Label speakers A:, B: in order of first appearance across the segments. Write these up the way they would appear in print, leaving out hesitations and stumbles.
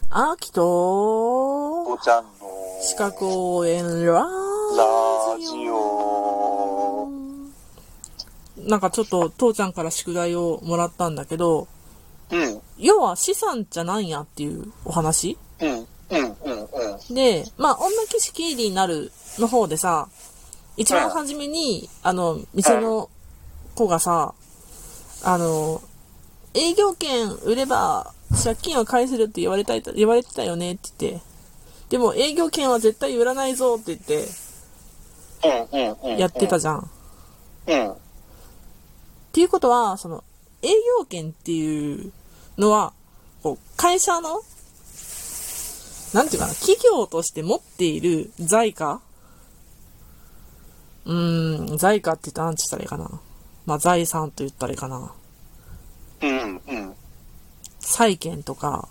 A: 秋と
B: 父ちゃんの
A: 四角応援ラジオ。なんかちょっと父ちゃんから宿題をもらったんだけど、要は資産じゃないやっていうお話、で、まあ女騎士経理になるの方でさ、一番初めに店の子がさ、営業権売れば借金を返せるって言われてたよねって言って、でも営業権は絶対売らないぞって言ってやってたじゃん。っていうことは、その営業権っていうのはこう会社のなんていうかな、企業として持っている財貨、財貨って言ったら何て言ったらいいかな、まあ財産と言ったらいいかな、債権とか、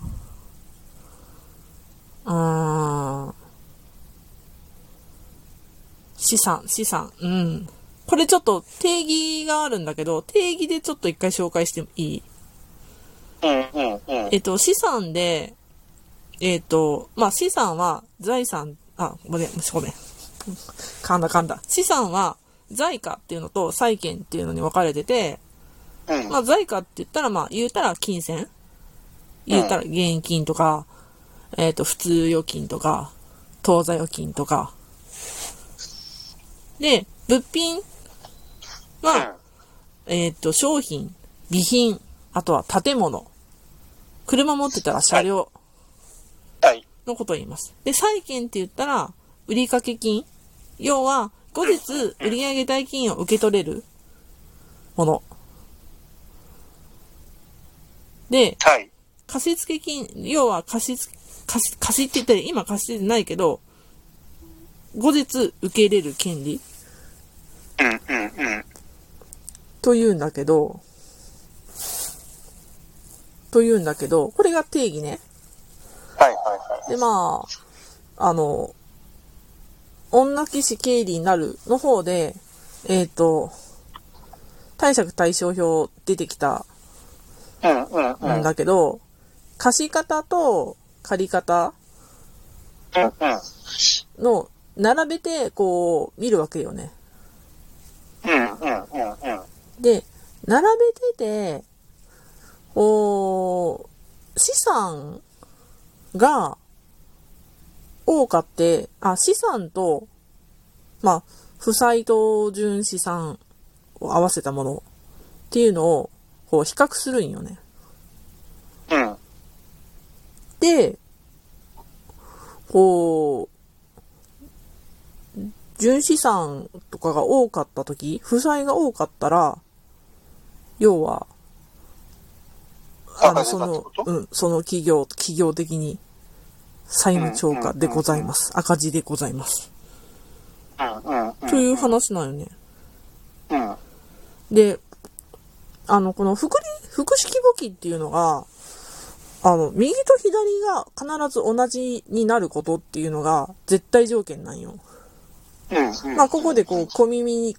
A: 資産、これちょっと定義があるんだけど、定義でちょっと一回紹介してもいい？資産で、まあ、資産は財産、ごめん。噛んだ。資産は財貨っていうのと債権っていうのに分かれてて、まあ、財貨って言ったら、まあ、言うたら金銭、言うたら現金とか、普通預金とか、当座預金とか。で、物品は、商品、備品、あとは建物。車持ってたら車両のことを言います。で、債権って言ったら、売掛金。要は、後日、売上代金を受け取れるもの。で、貸付金、要は貸しって言ったら、今貸してないけど、後日受け入れる権利。というんだけど、これが定義ね。で、まあ、女騎士経理になるの方で、貸借対照表出てきたんだけど、貸し方と借り方の並べてこう見るわけよね。で、並べてて、資産が多かって、資産と、まあ、負債と純資産を合わせたものっていうのを、こう、比較するんよね。で、こう、純資産とかが多かったとき、負債が多かったら、要は、その企業的に債務超過でございます。赤字でございます。という話なんよね。で、この複式簿記っていうのが、右と左が必ず同じになることっていうのが絶対条件なんよ。まあ、ここでこう、小耳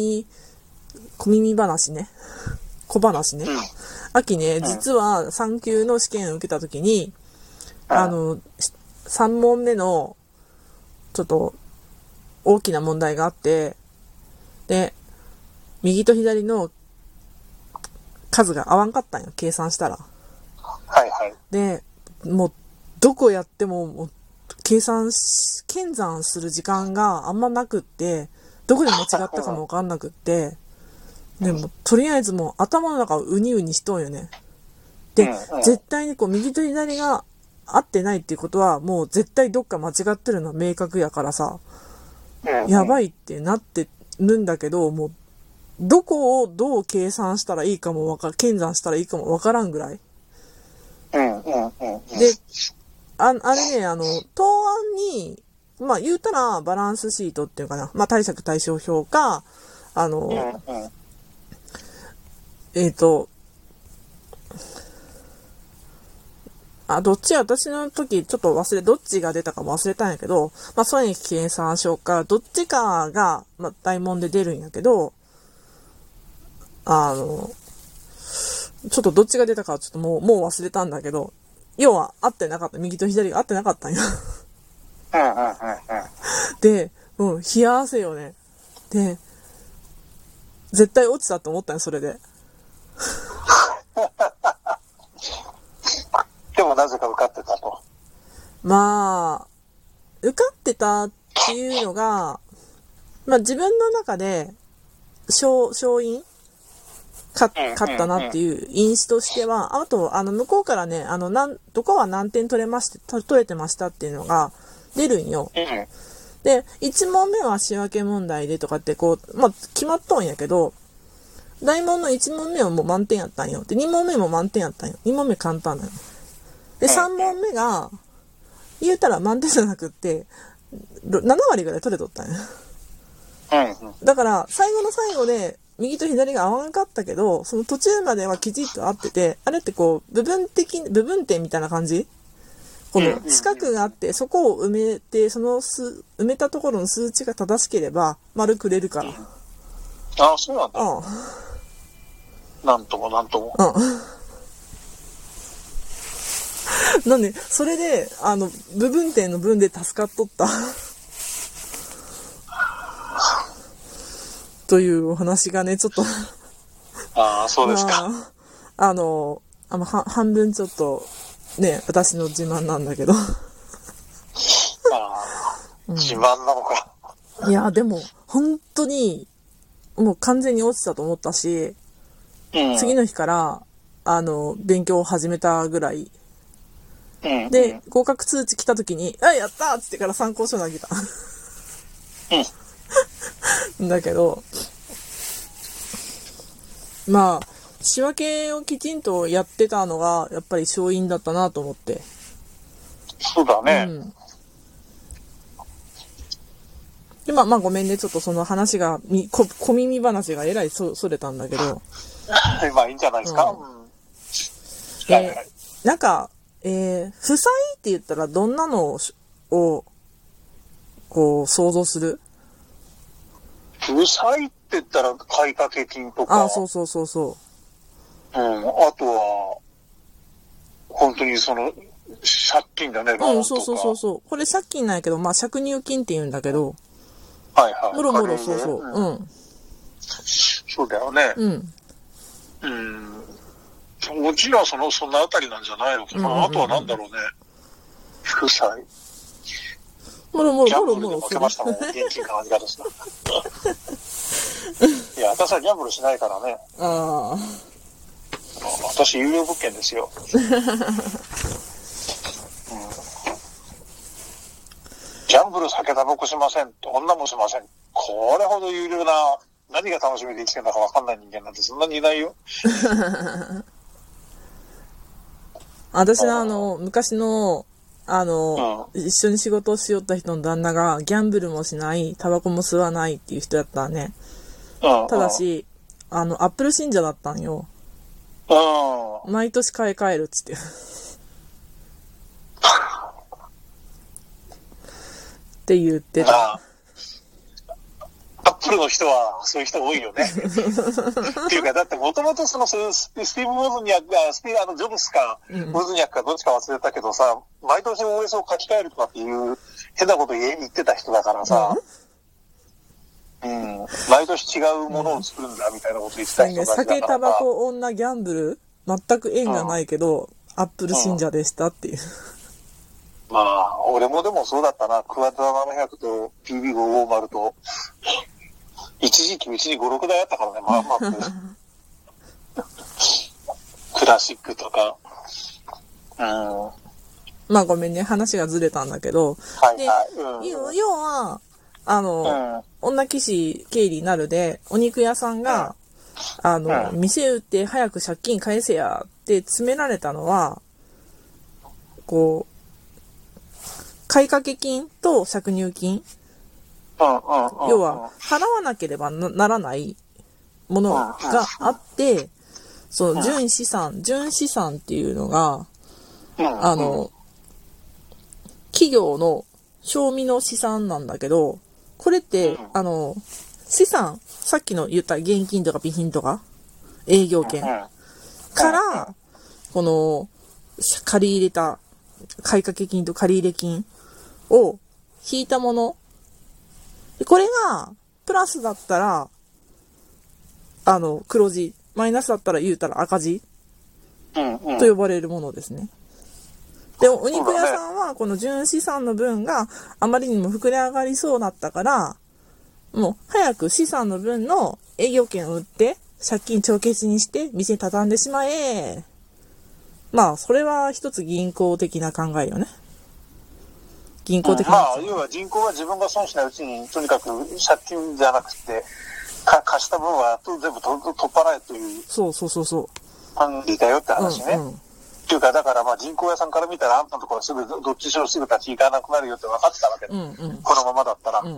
A: 話ね。小話ね。秋ね、実は3級の試験を受けたときに、3問目の、ちょっと、大きな問題があって、で、右と左の数が合わんかったんよ、計算したら。で、もう、どこやっても、もう計算する時間があんまなくって、どこで間違ったかもわかんなくって、でも、とりあえずもう頭の中をウニウニしとんよね。で、絶対にこう、右と左が合ってないっていうことは、もう絶対どっか間違ってるのは明確やからさ、やばいってなってるんだけど、もう、どこをどう計算したらいいかも計算したらいいかもわからんぐらい。で、あれね、答案に、まあ言うたらバランスシートっていうかな、まあ貸借対照表か、どっち私の時ちょっとどっちが出たかも忘れたんやけど、まあそういう計算書か、どっちかが、まあ大問で出るんやけど、ちょっとどっちが出たかはちょっともう忘れたんだけど、 要は合ってなかった。右と左が合ってなかったんよ。
B: うんうんうんうん。
A: で、冷や汗よね。で、絶対落ちたと思ったんよ、それで。
B: でもなぜか受かってたと。
A: まあ、受かってたっていうのが、まあ自分の中で、勝因勝ったなっていう因子としては、あと、向こうからね、どこは何点取れてましたっていうのが出るんよ。で、1問目は仕分け問題でとかってこう、まあ、決まっとんやけど、大問の1問目はもう満点やったんよ。で、2問目も満点やったんよ。2問目簡単なの。で、3問目が、言うたら満点じゃなくって、7割ぐらい取れとったんよ。だから、最後の最後で、右と左が合わなかったけど、その途中まではきちっと合ってて、あれってこう、部分点みたいな感じ？この四角があって、そこを埋めて、埋めたところの数値が正しければ、丸くれるから。
B: ああ、そうなんだ。なんとも。
A: なんで、それで、部分点の分で助かっとった。というお話がね、ちょっと
B: ああ、そうですか。
A: 半分ちょっと、ね、私の自慢なんだけど。
B: 自慢なのか。
A: いや、でも、本当に、もう完全に落ちたと思ったし、次の日から、勉強を始めたぐらい。で、合格通知来た時に、やったーっつってから参考書投げた。だけど、まあ、仕分けをきちんとやってたのが、やっぱり勝因だったなと思って。
B: そうだね。
A: で、まあごめんね、ちょっとその話が、小耳話がえらいそれたんだけど。
B: まあいいんじゃないですか。
A: なんか、負債って言ったらどんなのを、こう、想像する？
B: 負債って言ったら買掛金とか。
A: そう。
B: あとは、本当にその、借金だね、ローンとか。
A: そう。これ借金なんやけど、まあ借入金って言うんだけど。もろ、そう。
B: そうだよね。もちろんそんなあたりなんじゃないのかな。あとはなんだろうね。負債。
A: もろ。
B: ギャンブルで負けましたもん、現金感じ方した。いや、私はギャンブルしないからね。私、有料物件ですよ。ギャンブル、酒タバコしません。女もしません。これほど有料な、何が楽しみで生きてるのか分かんない人間なんてそんなにいないよ。
A: 私の昔の、一緒に仕事をしよった人の旦那が、ギャンブルもしない、タバコも吸わないっていう人だったらね。ただし、アップル信者だったんよ。毎年買い替えるっつって。って言ってた。
B: アップルの人は、そういう人多いよね。っていうか、だってもともとスティーブ・ウォズニャックが、ジョブスか、ウォズニャックかどっちか忘れたけどさ、毎年 OS を書き換えるとかっていう変なこと言ってた人だからさ、毎年違うものを作るんだみたいなこと言ってた人だから。
A: 酒、タバコ、女、ギャンブル、全く縁がないけど、アップル信者でしたっていう。
B: まあ、俺もでもそうだったな。クワッド700と PB550 と、一時期うちに5、6台あったからね、まあ、クラシックとか。
A: まあごめんね、話がずれたんだけど。要は、女騎士経理なるで、お肉屋さんが、店売って早く借金返せやって詰められたのは、こう、買掛金と借入金。要は、払わなければならないものがあって、その純資産っていうのが、企業の賞味の資産なんだけど、これって、資産、さっきの言った現金とか備品とか、営業権から、この、 借り入れた買掛金と借入金を引いたもの。でこれが、プラスだったら、黒字。マイナスだったら言うたら赤字と呼ばれるものですね。で、お肉屋さんはこの純資産の分があまりにも膨れ上がりそうだったから、もう早く資産の分の営業権を売って借金帳消しにして店畳んでしまえ。まあ、それは一つ銀行的な考えよね。銀行的な。
B: まあ、要は銀行は自分が損しないうちに、とにかく借金じゃなくて、貸した分は全部取っ払えという。
A: そう。
B: 感じだよって話ね。っていうか、だからまあ人口屋さんから見たらあんたのところすぐ、どっちしろすぐ立ち行かなくなるよって分かってたわけだ。このままだったら。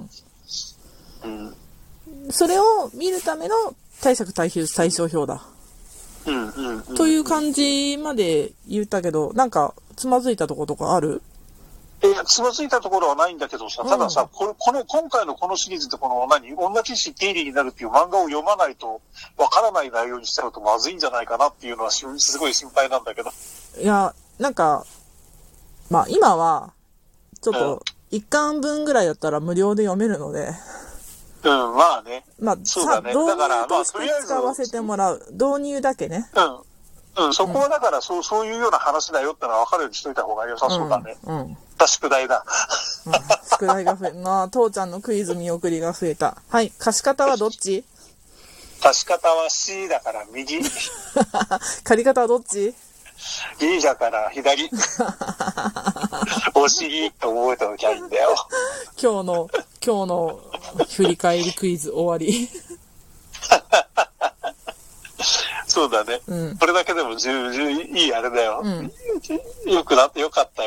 A: それを見るための貸借対照表だ。という感じまで言ったけど、なんかつまずいたところとかある？
B: つまずいたところはないんだけどさ、たださ、今回のこのシリーズって女騎士経理になるっていう漫画を読まないとわからない内容にしちゃうとまずいんじゃないかなっていうのはすごい心配なんだけど。
A: いや、なんか、まあ今は、ちょっと、1巻分ぐらいだったら無料で読めるので。
B: まあね。
A: まあ、
B: そうだね。
A: 導入として使わせてもらう。導入だけね。
B: そこはだからそういうような話だよってのは分かるようにしといた方が良さそうだね。宿題だ。
A: 宿題が増え、まあ、父ちゃんのクイズ見送りが増えた。はい、貸し方はどっち？
B: 貸し方は C だから右。
A: 借り方はどっち
B: ？E だから左。お尻って覚えておきゃいいんだよ。
A: 今日の振り返りクイズ終わり。
B: そうだね。これだけでもいいあれだよ。よかったよ。